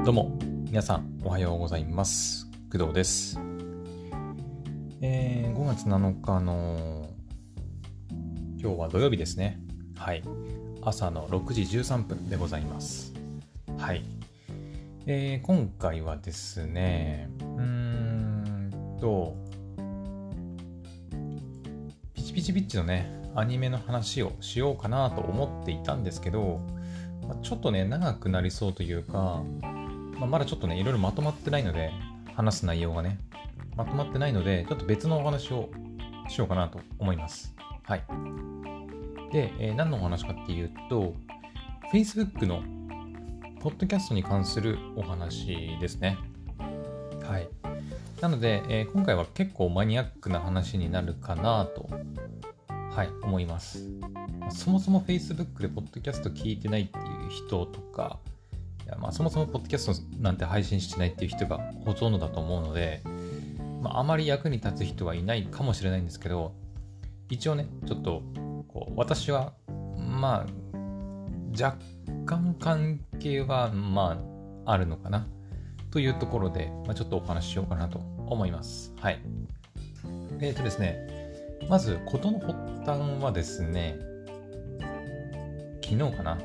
どうも皆さんおはようございます。工藤です。5月7日の今日は土曜日ですね。はい、朝の6時13分でございます。はい、今回はですねピチピチピッチのねアニメの話をしようかなと思っていたんですけど、ちょっとね長くなりそうというか、まだちょっとねいろいろまとまってないので、話す内容がねまとまってないので、ちょっと別のお話をしようかなと思います。はい。で、何のお話かっていうと Facebook のポッドキャストに関するお話ですね。はい。なので、今回は結構マニアックな話になるかなと、はい、思います。そもそも Facebook でポッドキャスト聞いてないっていう人とか、そもそもポッドキャストなんて配信してないっていう人がほとんどだと思うので、あまり役に立つ人はいないかもしれないんですけど、一応ねちょっと私は若干関係はあるのかなというところで、ちょっとお話ししようかなと思います。はい。ですね、まず事の発端はですね、昨日かな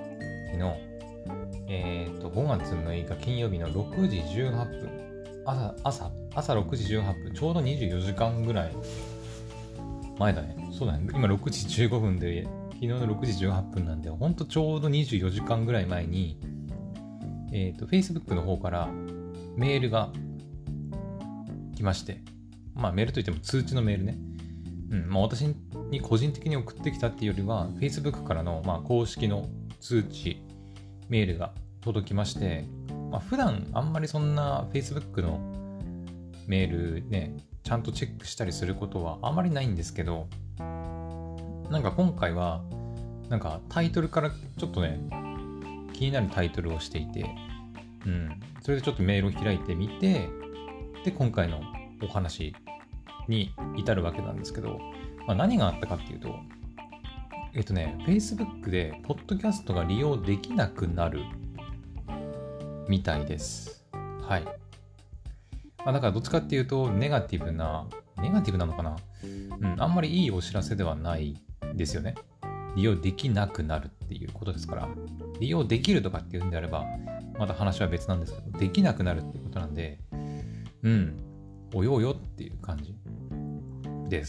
5月6日金曜日の6時18分朝6時18分、ちょうど24時間ぐらい前だね。そうだね、今6時15分で昨日の6時18分なんで、ほんとちょうど24時間ぐらい前にFacebook の方からメールが来まして、メールといっても通知のメールね。私に個人的に送ってきたっていうよりは Facebook からの公式の通知メールが届きまして、普段あんまりそんな Facebook のメールねちゃんとチェックしたりすることはあまりないんですけど、今回はタイトルからちょっとね気になるタイトルをしていて、それでちょっとメールを開いてみて、で今回のお話に至るわけなんですけど、何があったかっていうと、Facebook でポッドキャストが利用できなくなるみたいです。はい。だからどっちかっていうとネガティブなのかな、あんまりいいお知らせではないですよね。利用できなくなるっていうことですから、利用できるとかっていうんであればまた話は別なんですけど、できなくなるっていうことなんで、およおよっていう感じです。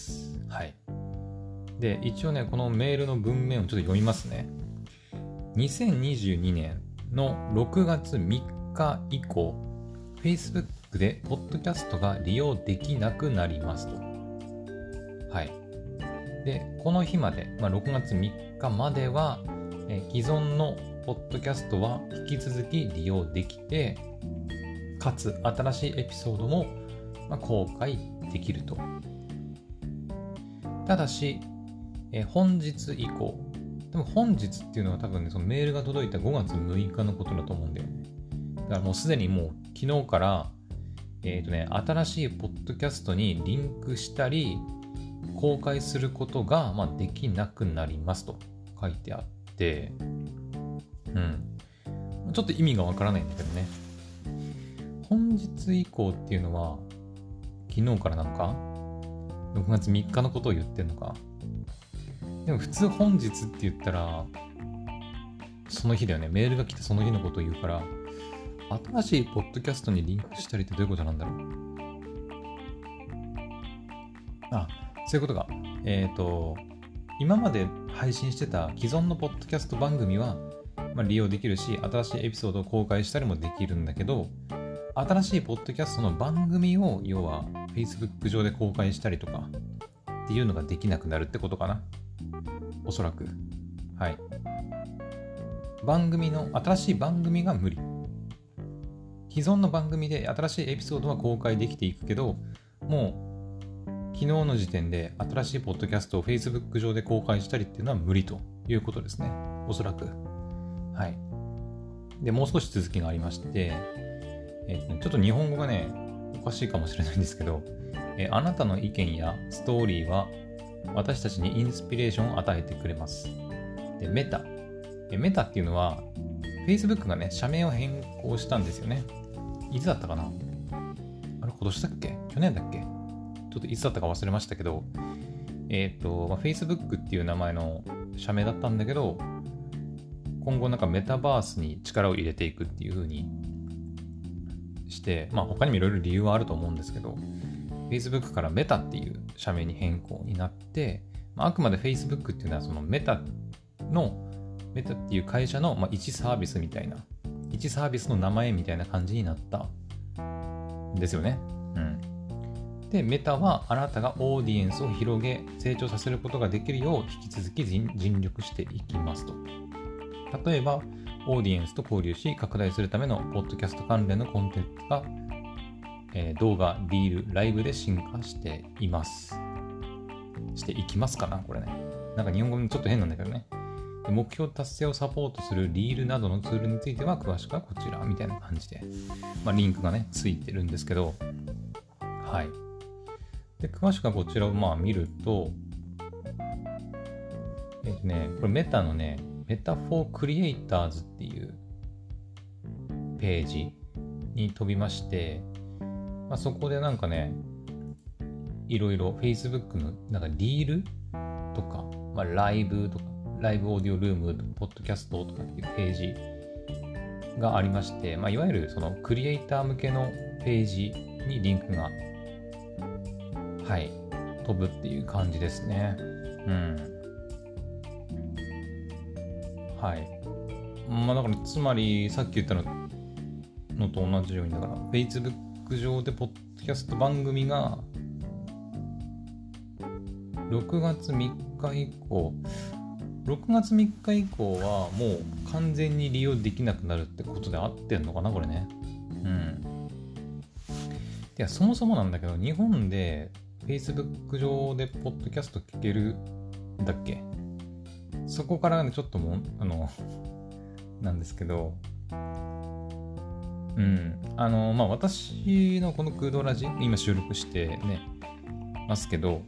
はい。で、一応ねこのメールの文面をちょっと読みますね。2022年の6月3日以降 Facebook でポッドキャストが利用できなくなりますと。はい。で、この日まで、6月3日までは、既存のポッドキャストは引き続き利用できて、かつ新しいエピソードも、公開できると。ただし、本日以降、でも本日っていうのは多分ね、そのメールが届いた5月6日のことだと思うんだよね。だからもうすでにもう昨日から新しいポッドキャストにリンクしたり公開することができなくなりますと書いてあって、ちょっと意味がわからないんだけどね。本日以降っていうのは昨日からなのか6月3日のことを言ってんのか。でも普通本日って言ったらその日だよね。メールが来てその日のことを言うから、新しいポッドキャストにリンクしたりってどういうことなんだろう。そういうことか。今まで配信してた既存のポッドキャスト番組は、利用できるし、新しいエピソードを公開したりもできるんだけど、新しいポッドキャストの番組を要は Facebook 上で公開したりとかっていうのができなくなるってことかな。おそらく。はい。新しい番組が無理。既存の番組で新しいエピソードは公開できていくけど、もう昨日の時点で新しいポッドキャストを Facebook 上で公開したりっていうのは無理ということですね。おそらく。はい。で、もう少し続きがありまして、ちょっと日本語がね、おかしいかもしれないんですけど、あなたの意見やストーリーは私たちにインスピレーションを与えてくれます。で、メタっていうのは Facebook がね、社名を変更したんですよね。いつだったかな？あれ、今年だっけ？去年だっけ？ちょっといつだったか忘れましたけど、Facebook っていう名前の社名だったんだけど、今後なんかメタバースに力を入れていくっていう風にして、他にもいろいろ理由はあると思うんですけど、Facebook からメタっていう社名に変更になって、あくまで Facebook っていうのはそのメタっていう会社の、一サービスみたいな、一サービスの名前みたいな感じになったんですよね。で、メタはあなたがオーディエンスを広げ、成長させることができるよう引き続き尽力していきますと。例えば、オーディエンスと交流し、拡大するためのポッドキャスト関連のコンテンツが、動画、リール、ライブで進化しています。していきますかなこれね。なんか日本語もちょっと変なんだけどね。目標達成をサポートするリールなどのツールについては詳しくはこちらみたいな感じで、リンクがね、ついてるんですけど、はい。で、詳しくはこちらを見ると、これメタのね、メタフォークリエイターズっていうページに飛びまして、そこでなんかね、いろいろ Facebook のなんかリールとか、ライブとか、ライブオーディオルーム、ポッドキャストとかっていうページがありまして、いわゆるそのクリエイター向けのページにリンクが、飛ぶっていう感じですね。だからつまりさっき言ったのと同じように、だから Facebook 上でポッドキャスト番組が6月3日以降はもう完全に利用できなくなるってことで合ってんのかなこれね。いや、そもそもなんだけど、日本で Facebook 上でポッドキャスト聞けるんだっけ？そこからね、ちょっともう、なんですけど、私のこのクードラジ、今収録してね、ますけど、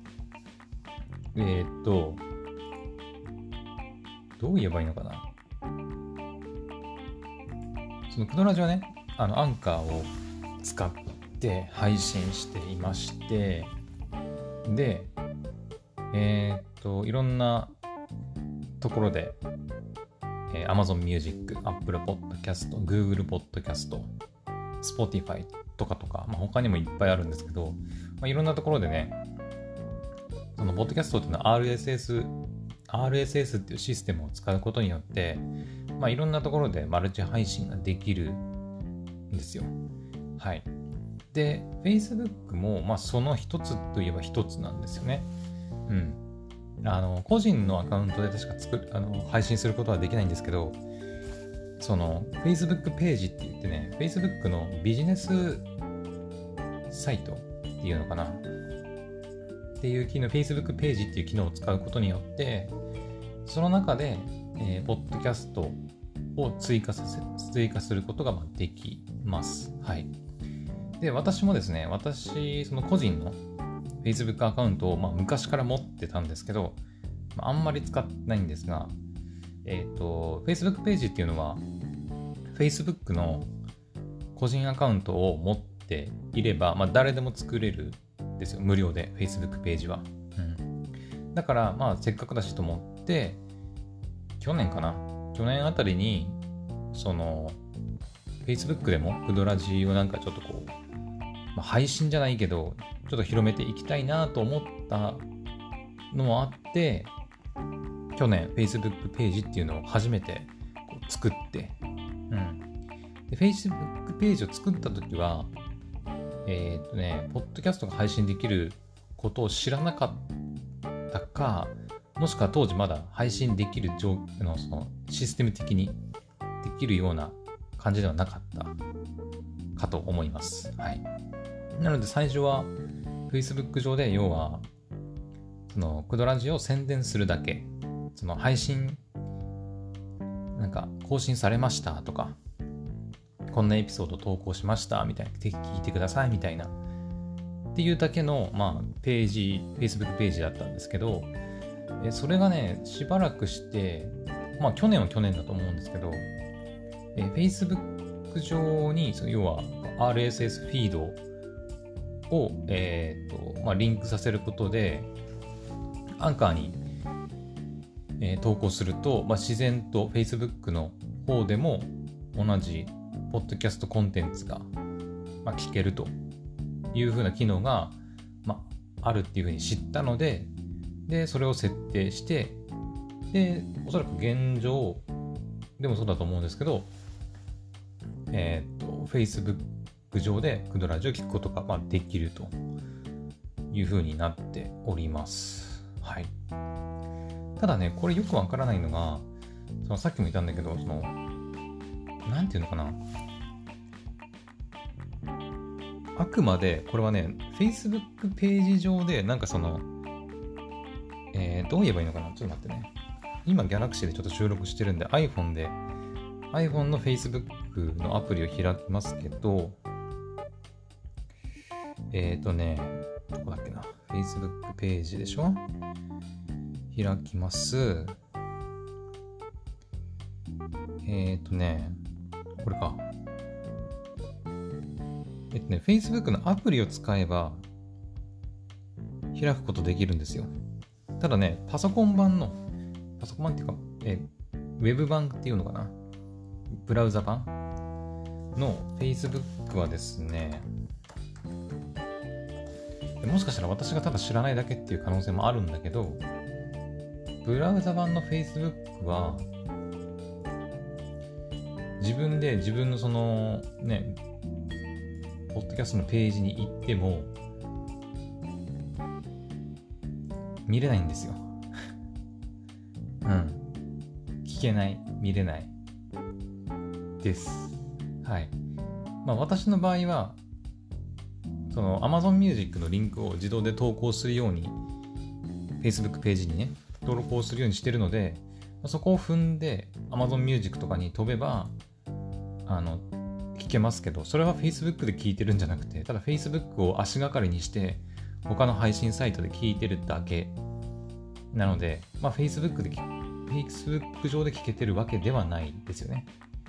どう言えばいいのかな。そのクドラジはね、アンカーを使って配信していまして、で、いろんなところで、Amazon Music、Apple Podcast、Google Podcast、Spotify とか、他にもいっぱいあるんですけど、いろんなところでね、そのポッドキャストっていうのは RSS っていうシステムを使うことによって、いろんなところでマルチ配信ができるんですよ。で、Facebook も、その一つといえば一つなんですよね。個人のアカウントで確か配信することはできないんですけど、その Facebook ページって言ってね、Facebook のビジネスサイトっていうのかなっていう機能、Facebook ページっていう機能を使うことによって、その中で、ポッドキャストを追加することができます。で、私もですね、その個人の Facebook アカウントを昔から持ってたんですけど、あんまり使ってないんですが、Facebook ページっていうのは Facebook の個人アカウントを持っていれば、誰でも作れるんですよ、無料で Facebook ページは。だからせっかくだしと思って、去年あたりにその Facebook でもクドラジをなんかちょっとこう、配信じゃないけどちょっと広めていきたいなと思ったのもあって、去年 Facebook ページっていうのを初めて作って、で Facebook ページを作った時はポッドキャストが配信できることを知らなかったか、もしくは当時まだ配信できるそのシステム的にできるような感じではなかったかと思います。なので最初は Facebook 上で要はそのクドラジを宣伝するだけ、その配信なんか更新されましたとか、こんなエピソード投稿しましたみたいな、ぜひ聞いてくださいみたいなっていうだけのページ、Facebook ページだったんですけど、それがねしばらくして、去年は去年だと思うんですけど、 Facebook 上に、要は RSS フィードを、リンクさせることで、アンカーに、投稿すると、自然と Facebook の方でも同じポッドキャストコンテンツが、聞けるという風な機能が、あるっていう風に知ったので、それを設定して、で、おそらく現状でもそうだと思うんですけど、Facebook 上でクドラジを聞くことが、できるという風になっております。はい。ただね、これよくわからないのが、さっきも言ったんだけど、なんていうのかな。あくまで、これはね、Facebook ページ上で、どう言えばいいのかな。ちょっと待ってね。今、Galaxy でちょっと収録してるんで、iPhone の Facebook のアプリを開きますけど、どこだっけな。Facebook ページでしょ？開きます。これか。Facebook のアプリを使えば開くことできるんですよ。ただね、パソコン版っていうか、ウェブ版っていうのかな、ブラウザ版の Facebook はですね、もしかしたら私がただ知らないだけっていう可能性もあるんだけど、ブラウザ版の Facebook は自分で自分のポッドキャストのページに行っても見れないんですよ。聞けない、見れないです。はい。私の場合はAmazon Music のリンクを自動で投稿するように Facebook ページにね登録をするようにしてるので、そこを踏んで Amazon Music とかに飛べば聞けますけど、それは Facebook で聞いてるんじゃなくて、ただ Facebook を足がかりにして他の配信サイトで聞いてるだけなので、Facebook 上で聞けてるわけではないですよね。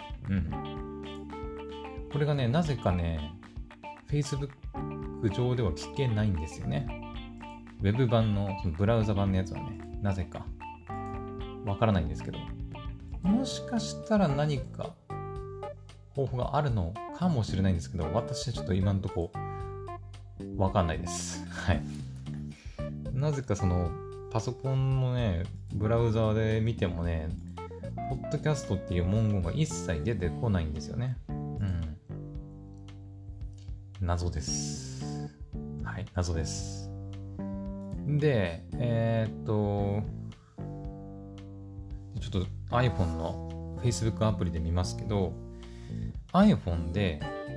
これがね、なぜかね Facebook 上では聞けないんですよね。ウェブ版のブラウザ版のやつはね、なぜかわからないんですけど、もしかしたら何か方法があるのかもしれないんですけど、私はちょっと今んとこわかんないです。はい。なぜかパソコンのね、ブラウザで見てもね、ポッドキャストっていう文言が一切出てこないんですよね。謎です。はい、謎です。で、ちょっと iPhone の Facebook アプリで見ますけど、iPhone で、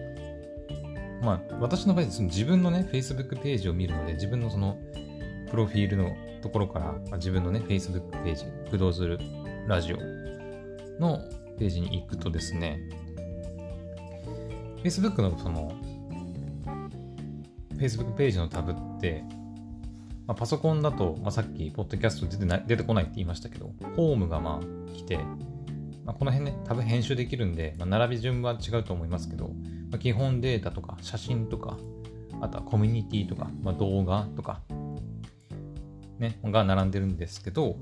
私の場合自分のね、Facebook ページを見るので、自分のプロフィールのところから、自分のね、Facebook ページ、駆動するラジオのページに行くとですね、Facebook のFacebook ページのタブって、パソコンだと、さっきポッドキャスト出てこないって言いましたけど、ホームが来て、この辺ね、タブ編集できるんで、並び順は違うと思いますけど、基本データとか写真とか、あとはコミュニティとか、動画とか、ね、が並んでるんですけど、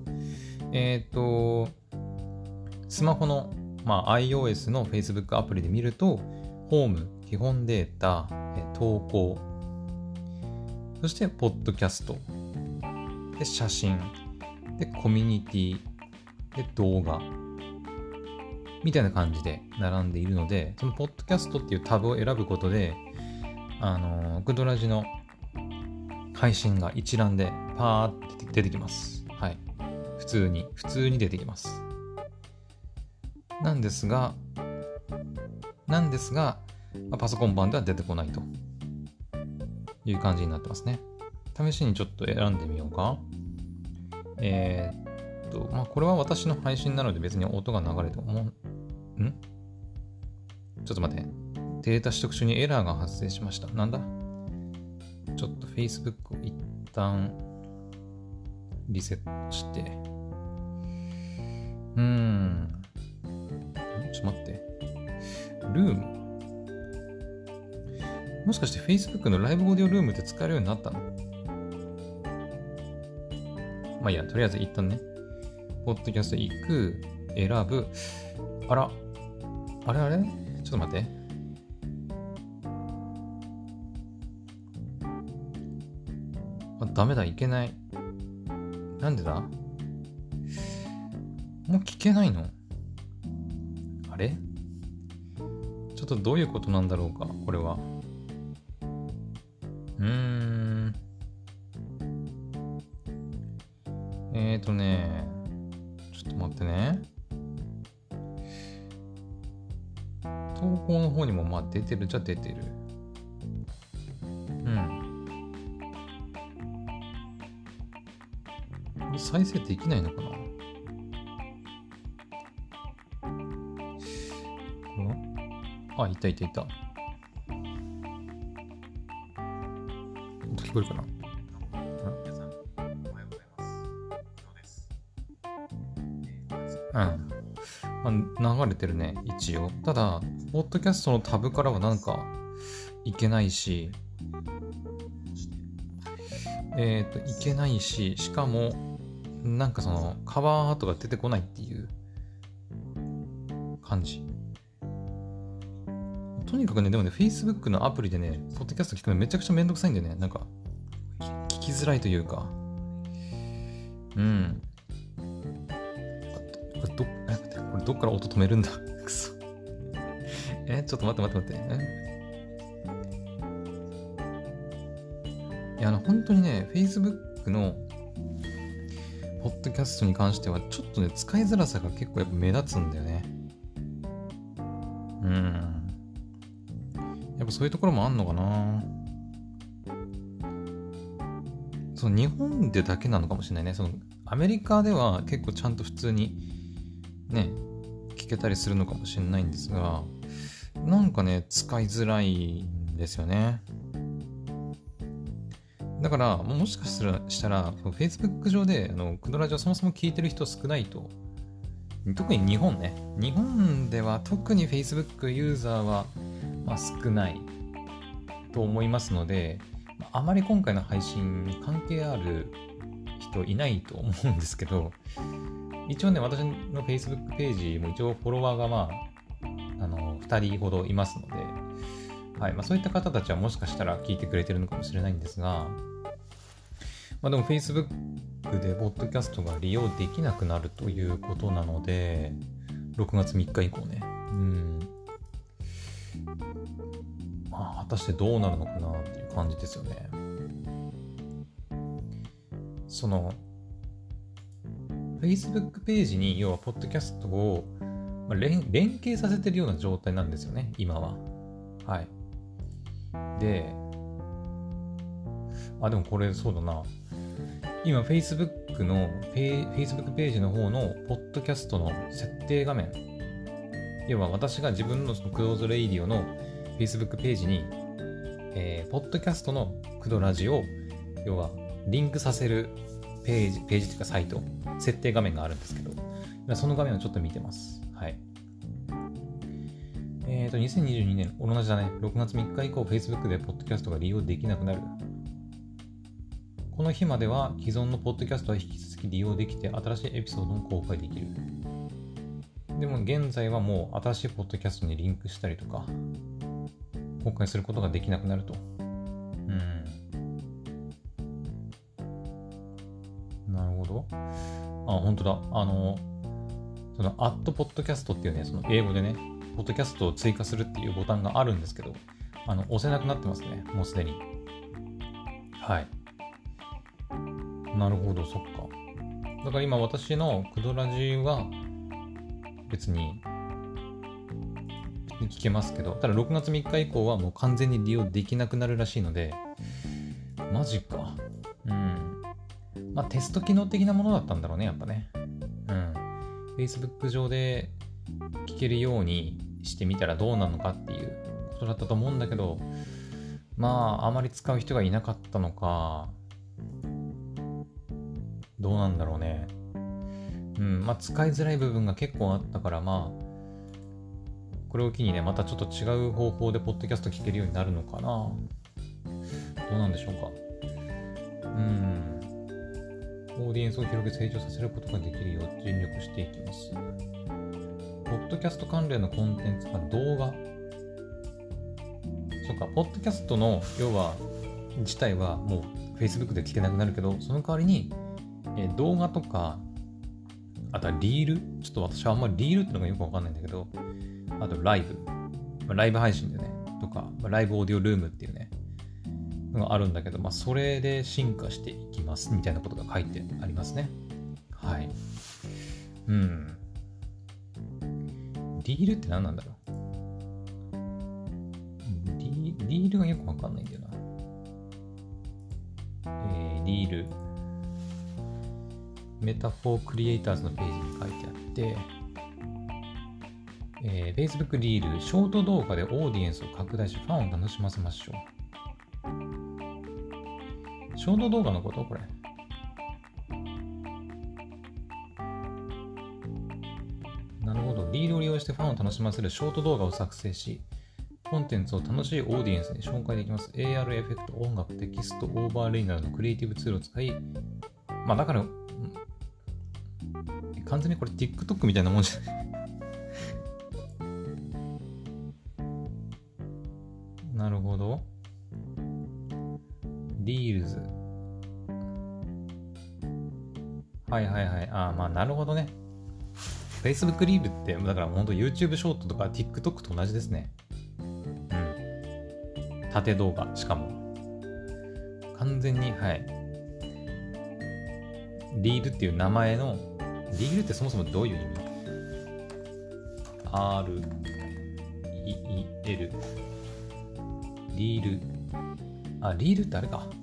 スマホの、iOS の Facebook アプリで見ると、ホーム、基本データ、投稿、そしてポッドキャスト、で写真、でコミュニティ、で動画みたいな感じで並んでいるので、そのポッドキャストっていうタブを選ぶことで、クドラジの配信が一覧でパーって出てきます。はい。普通に出てきます。なんですが、パソコン版では出てこないという感じになってますね。試しにちょっと選んでみようか。これは私の配信なので別に音が流れても、ちょっと待って。データ取得中にエラーが発生しました。なんだ？ちょっと Facebook を一旦リセットして。ちょっと待って。 ルーム。もしかして Facebook のライブオーディオルームって使えるようになったの？まあいいや、とりあえず一旦ね、ポッドキャスト行く、選ぶ、あれちょっと待って。ダメだ、いけない。なんでだ？もう聞けないの？あれ？ちょっとどういうことなんだろうか、これは。ちょっと待ってね。投稿の方にもまあ出てるじゃ出てる。再生できないのかな？あ、いた。音聞こえるかな？ 皆さん、おはようございます。どうです。 流れてるね、一応。ただ、ポッドキャストのタブからはなんか、いけないし、しかも、なんかその、カバーアートが出てこないっていう感じ。とにかくね、でもね、Facebook のアプリでね、ポッドキャスト聞くのめちゃくちゃめんどくさいんでね、なんか、聞きづらいというか、これどっから音止めるんだくそ。ちょっと待って。いや、本当にね、Facebook のポッドキャストに関しては、ちょっとね、使いづらさが結構やっぱ目立つんだよね。やっぱそういうところもあんのかな。その日本でだけなのかもしれないね。そのアメリカでは結構ちゃんと普通にね、聞けたりするのかもしれないんですが、なんかね、使いづらいんですよね。だから、もしかしたら、Facebook 上で、クドラジオそもそも聞いてる人少ないと。特に日本ね。日本では特に Facebook ユーザーは、少ないと思いますので、あまり今回の配信に関係ある人いないと思うんですけど、一応ね、私の Facebook ページも一応フォロワーが2人ほどいますので、はい、そういった方たちはもしかしたら聞いてくれてるのかもしれないんですが、でも Facebook でポッドキャストが利用できなくなるということなので、6月3日以降ね、果たしてどうなるのかなっていう感じですよね。その Facebook ページに要はポッドキャストを連携させてるような状態なんですよね、今は。はい。でもこれそうだな。今 Facebook のFacebook ページの方のポッドキャストの設定画面。要は私が自分のそのクローズレイディオの Facebook ページに、ポッドキャストのクドラジを要はリンクさせるページというかサイト、設定画面があるんですけど、その画面をちょっと見てます。はい。2022年、同じだね。6月3日以降、Facebook でポッドキャストが利用できなくなる。この日までは既存のポッドキャストは引き続き利用できて、新しいエピソードも公開できる。でも現在はもう新しいポッドキャストにリンクしたりとか、公開することができなくなると。なるほど。本当だ。その、アットポッドキャストっていうね、その英語でね、ポッドキャストを追加するっていうボタンがあるんですけど、押せなくなってますね。もうすでに。はい。なるほど、そっか。だから今私のクドラジは別に聞けますけど、ただ6月3日以降はもう完全に利用できなくなるらしいので、マジか。テスト機能的なものだったんだろうね、やっぱね。Facebook 上で聞けるようにしてみたらどうなのかっていうことだったと思うんだけど、あまり使う人がいなかったのか、どうなんだろうね。使いづらい部分が結構あったから、 これを機にね、またちょっと違う方法でポッドキャスト聞けるようになるのかな。どうなんでしょうか。オーディエンスを広げ成長させることができるよう尽力していきます。ポッドキャスト関連のコンテンツが動画。そうか、ポッドキャストの要は自体はもう Facebook で聞けなくなるけど、その代わりに動画とか、あとはリール、ちょっと私はあんまりリールってのがよくわかんないんだけど、あとライブ配信でね、とか、ライブオーディオルームっていうね、のがあるんだけど、それで進化していきますみたいなことが書いてありますね。はい。リールって何なんだろう。リールがよくわかんないんだよな。リール。メタフォークリエイターズのページに書いてあって、Facebook リール、ショート動画でオーディエンスを拡大し、ファンを楽しませましょう。ショート動画のことこれ。なるほど。リールを利用してファンを楽しませるショート動画を作成し、コンテンツを楽しいオーディエンスに紹介できます。AR エフェクト、音楽、テキスト、オーバーレイなどのクリエイティブツールを使い、だから、完全にこれ TikTok みたいなもんじゃない。なるほど。リールズ。はい。なるほどね。Facebook リールって、だから本当 YouTube ショートとか TikTok と同じですね。縦動画、しかも。完全に、はい。リールっていう名前の、リールってそもそもどういう意味？ R-E-E-L。リール。リールってあれか。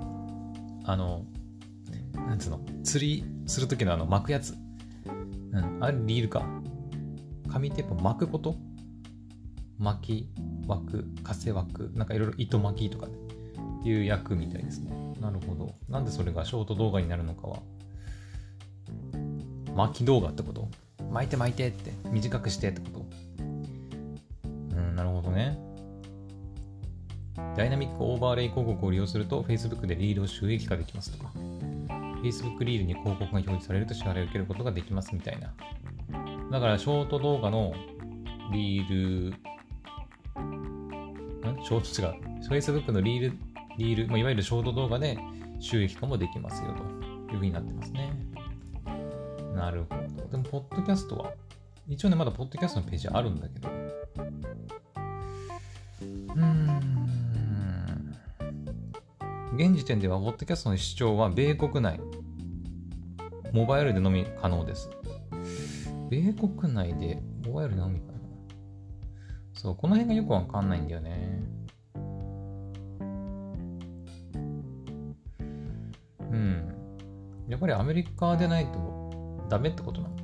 なんつうの、釣りするときの巻くやつ。あれリールか。紙テープ巻くこと？巻き、枠、かせ枠、なんかいろいろ糸巻きとかっていう役みたいですね。なるほど。なんでそれがショート動画になるのかは。巻き動画ってこと？巻いてって短くしてってこと？なるほどね。ダイナミックオーバーレイ広告を利用すると Facebook でリールを収益化できますとか Facebook リールに広告が表示されると支払いを受けることができますみたいな。だからショート動画のリールショート違う Facebook のリール、いわゆるショート動画で収益化もできますよというふうになってますね。なるほど。でもポッドキャストは一応ねまだポッドキャストのページあるんだけど現時点ではポッドキャストの視聴は米国内モバイルでのみ可能です。米国内でモバイルでのみかな。そう、この辺がよくわかんないんだよね。やっぱりアメリカでないとダメってことなのか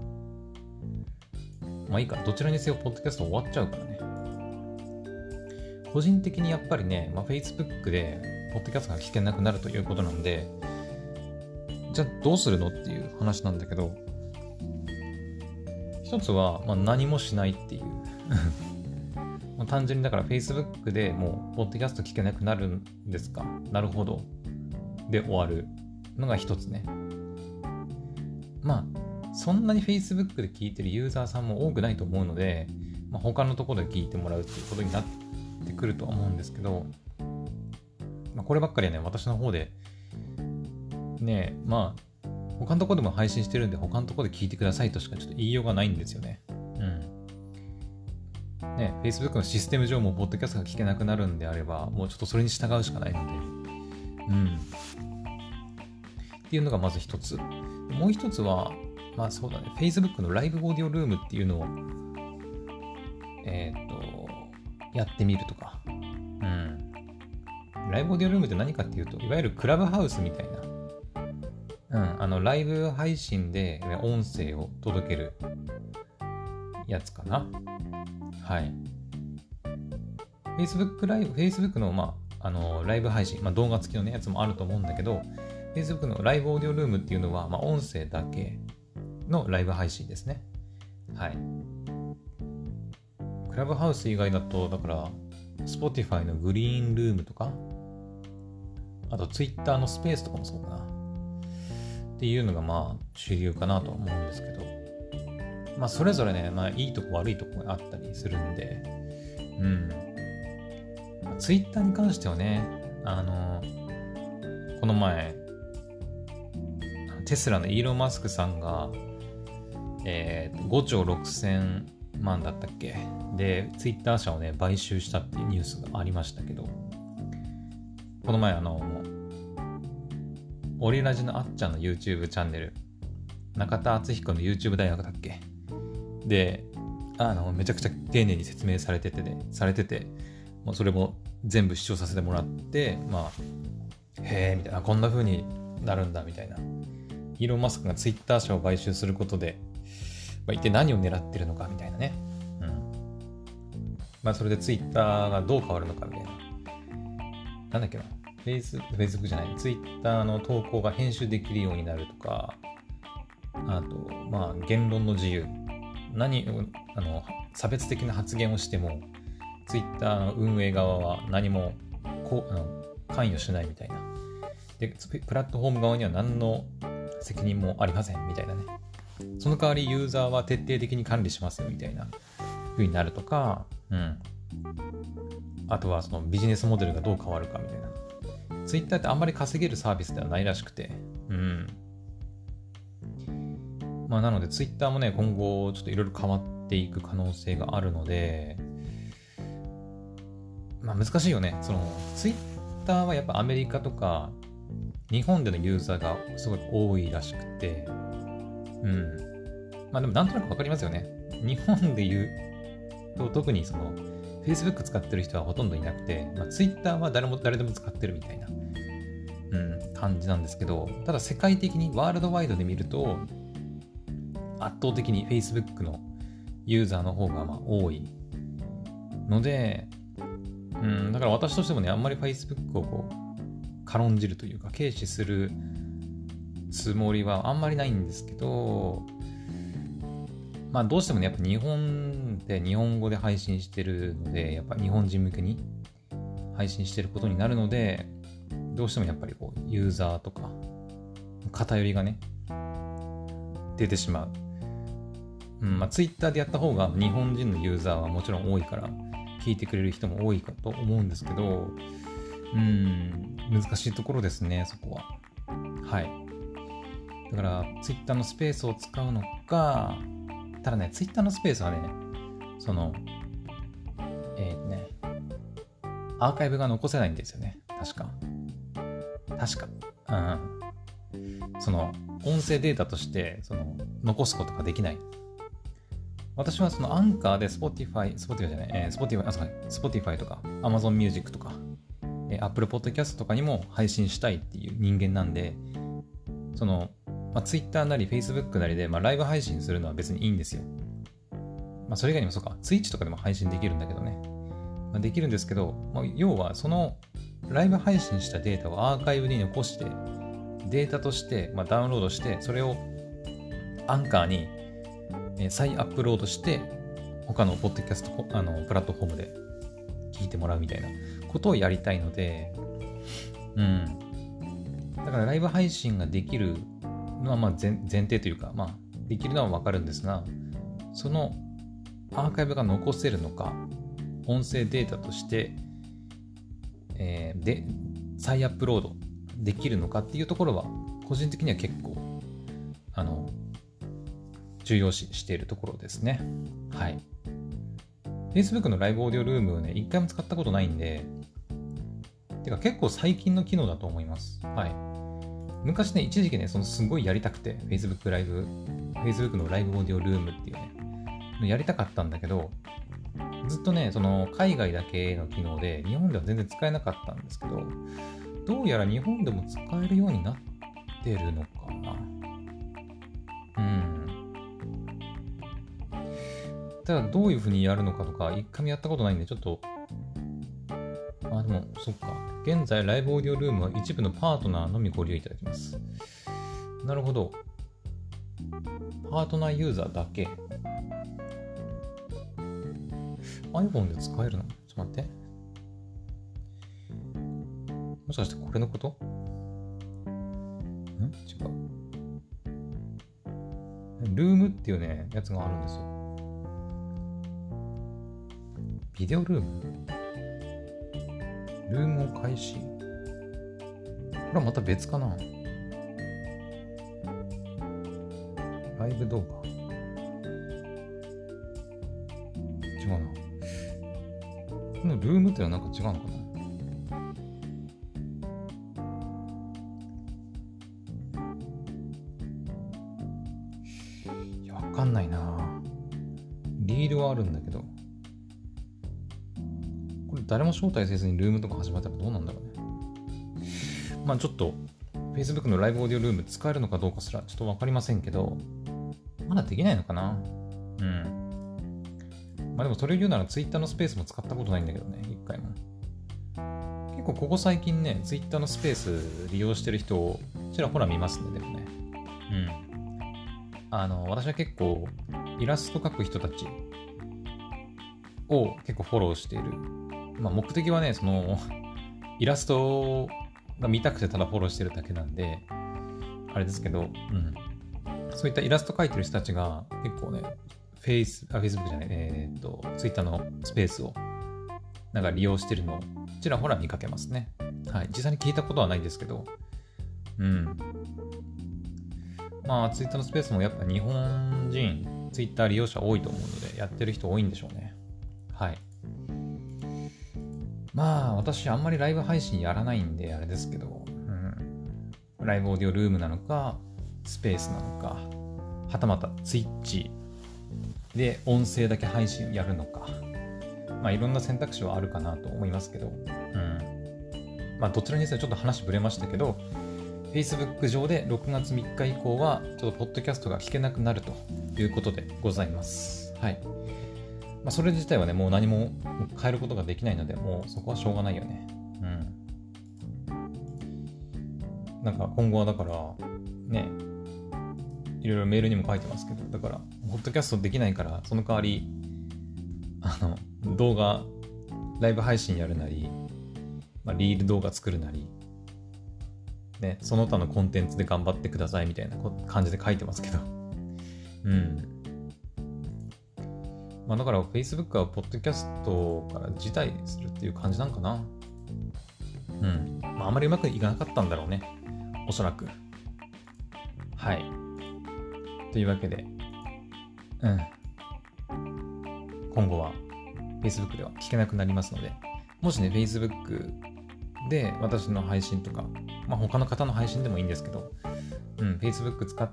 な。いいか、どちらにせよポッドキャスト終わっちゃうからね。個人的にやっぱりね、Facebook でポッドキャストが聞けなくなるということなんで、じゃあどうするのっていう話なんだけど、一つは、何もしないっていう単純にだから Facebook でもうポッドキャスト聞けなくなるんですか、なるほどで終わるのが一つね。そんなに Facebook で聞いてるユーザーさんも多くないと思うので、他のところで聞いてもらうっていうことになってくるとは思うんですけど、こればっかりはね私の方でね他のところでも配信してるんで他のところで聞いてくださいとしかちょっと言いようがないんですよね。Facebook のシステム上もポッドキャストが聞けなくなるんであればもうちょっとそれに従うしかないのでっていうのがまず一つ。もう一つはそうだね Facebook のライブオーディオルームっていうのをやってみるとかライブオーディオルームって何かっていうといわゆるクラブハウスみたいなライブ配信で音声を届けるやつかな。はい。Facebook の、ライブ配信、動画付きの、やつもあると思うんだけど、Facebook のライブオーディオルームっていうのは、音声だけのライブ配信ですね。はい。 クラブハウス以外だと、だから、Spotify のグリーンルームとか、あと Twitter のスペースとかもそうかな。っていうのがまあ主流かなと思うんですけど、まあそれぞれね、まあいいとこ悪いとこがあったりするんで、Twitter に関してはね、この前、テスラのイーロン・マスクさんが、5兆6000万だったっけで、ツイッター社をね、買収したっていうニュースがありましたけど、この前オリラジのあっちゃんの YouTube チャンネル、中田敦彦の YouTube 大学だっけで、めちゃくちゃ丁寧に説明されてて、もうそれも全部視聴させてもらって、まあ、へーみたいな、こんな風になるんだみたいな。イーロン・マスクがツイッター社を買収することで、一体何を狙ってるのかみたいなね。まあそれでツイッターがどう変わるのかみたいな。なんだっけな。Facebook じゃない。ツイッターの投稿が編集できるようになるとか、あと、まあ言論の自由。差別的な発言をしても、ツイッターの運営側は何も関与しないみたいな。で、プラットフォーム側には何の責任もありませんみたいなね。その代わりユーザーは徹底的に管理しますよみたいな風になるとか、あとはそのビジネスモデルがどう変わるかみたいな。ツイッターってあんまり稼げるサービスではないらしくて、まあなのでツイッターもね、今後ちょっといろいろ変わっていく可能性があるので、まあ難しいよね。そのツイッターはやっぱアメリカとか日本でのユーザーがすごい多いらしくて、まあでもなんとなくわかりますよね。日本で言うと特にその Facebook 使ってる人はほとんどいなくて、まあ、Twitter は誰でも使ってるみたいな、感じなんですけど、ただ世界的にワールドワイドで見ると圧倒的に Facebook のユーザーの方がまあ多いので、だから私としてもね、あんまり Facebook をこう軽んじるというか軽視するつもりはあんまりないんですけど、まあどうしてもね、やっぱ日本で日本語で配信してるので、やっぱ日本人向けに配信してることになるので、どうしてもやっぱりこうユーザーとか偏りがね出てしまう。まあ Twitter でやった方が日本人のユーザーはもちろん多いから聞いてくれる人も多いかと思うんですけど、難しいところですね、そこは。はい。だから Twitter のスペースを使うのか、ただね、Twitter のスペースはね、そのアーカイブが残せないんですよね。確か。その音声データとして残すことができない。私はそのアンカーで Spotify とか Amazon Music とか、Apple Podcast とかにも配信したいっていう人間なんで、Twitter なり Facebook なりで、ライブ配信するのは別にいいんですよ。それ以外にもそうか、Twitch とかでも配信できるんだけどね。できるんですけど、要はそのライブ配信したデータをアーカイブに残して、データとして、ダウンロードして、それをアンカーに再アップロードして、他のポッドキャストプラットフォームで聞いてもらうみたいなことをやりたいので、だからライブ配信ができるのは前提というか、できるのはわかるんですが、そのアーカイブが残せるのか、音声データとして、再アップロードできるのかっていうところは個人的には結構重要視しているところですね。はい。Facebook のライブオーディオルームをね、一回も使ったことないんで、てか結構最近の機能だと思います。はい。昔ね、一時期ね、すごいやりたくて、Facebook のライブオーディオルームっていうね、やりたかったんだけど、ずっとね、海外だけの機能で、日本では全然使えなかったんですけど、どうやら日本でも使えるようになってるのかな。ただどういう風にやるのかとか、一回もやったことないんで、ちょっと、でも、そっか。現在、ライブオーディオルームは一部のパートナーのみご利用いただきます。なるほど。パートナーユーザーだけ。 iPhone で使えるの？ちょっと待って。もしかしてこれのこと？違う。ルームっていうね、やつがあるんですよ。ビデオルーム？ルームを開始。これはまた別かな？ライブ動画。違うな。このルームってのはなんか違うのかな？いや、わかんないな。リールはあるんだけど。これ誰も招待せずにルームとか始まったらどうなんだろうね。まあちょっと Facebook のライブオーディオルーム使えるのかどうかすらちょっとわかりませんけど、まだできないのかな。まあでもそれを言うなら Twitter のスペースも使ったことないんだけどね、一回も。結構ここ最近ね、Twitter のスペース利用してる人をちらほら見ますね、でもね。私は結構イラスト描く人たちを結構フォローしている。まあ目的はね、そのイラストが見たくてただフォローしてるだけなんで、あれですけど、そういったイラスト描いてる人たちが結構ね、Facebook じゃない、Twitter のスペースをなんか利用してるのをちらほら見かけますね。はい。実際に聞いたことはないですけど、まあ、Twitter のスペースもやっぱ日本人、Twitter 利用者多いと思うので、やってる人多いんでしょうね。はい。まあ、私あんまりライブ配信やらないんで、あれですけど、ライブオーディオルームなのか、スペースなのか、はたまた Twitch で音声だけ配信やるのか、まあいろんな選択肢はあるかなと思いますけど、まあどちらにせよちょっと話ぶれましたけど、Facebook 上で6月3日以降はちょっとポッドキャストが聞けなくなるということでございます。はい。まあそれ自体はね、もう何も変えることができないので、もうそこはしょうがないよね。なんか今後はだから、ね、いろいろメールにも書いてますけど、だから、ポッドキャストできないから、その代わり、動画、ライブ配信やるなり、まあ、リール動画作るなり、ね、その他のコンテンツで頑張ってくださいみたいな感じで書いてますけど。まあだから Facebook はポッドキャストから辞退するっていう感じなんかな。まああまりうまくいかなかったんだろうね。おそらく。はい。というわけで、今後は Facebook では聞けなくなりますので、もしね、Facebook で私の配信とか、まあ他の方の配信でもいいんですけど、Facebook 使って、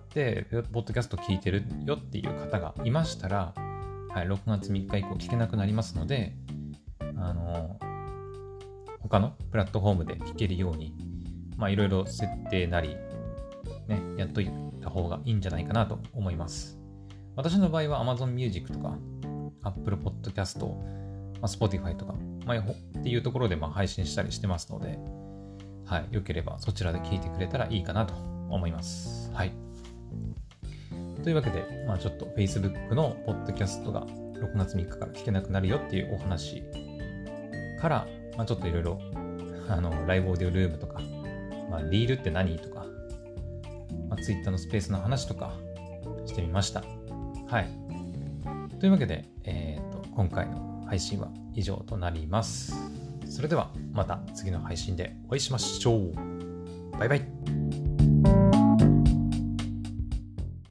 ポッドキャスト聞いてるよっていう方がいましたら、はい、6月3日以降聞けなくなりますので、他のプラットフォームで聞けるように、まあいろいろ設定なり、ね、やっといた方がいいんじゃないかなと思います。私の場合は Amazon Music とか Apple Podcast、Spotify とか、っていうところで配信したりしてますので、はい、よければそちらで聞いてくれたらいいかなと思います。はい。というわけで、ちょっと Facebook のポッドキャストが6月3日から聞けなくなるよっていうお話から、ちょっといろいろライブオーディオルームとか、リールって何とか、Twitter のスペースの話とかしてみました。はい。というわけで、今回の配信は以上となります。それではまた次の配信でお会いしましょう。バイバイ。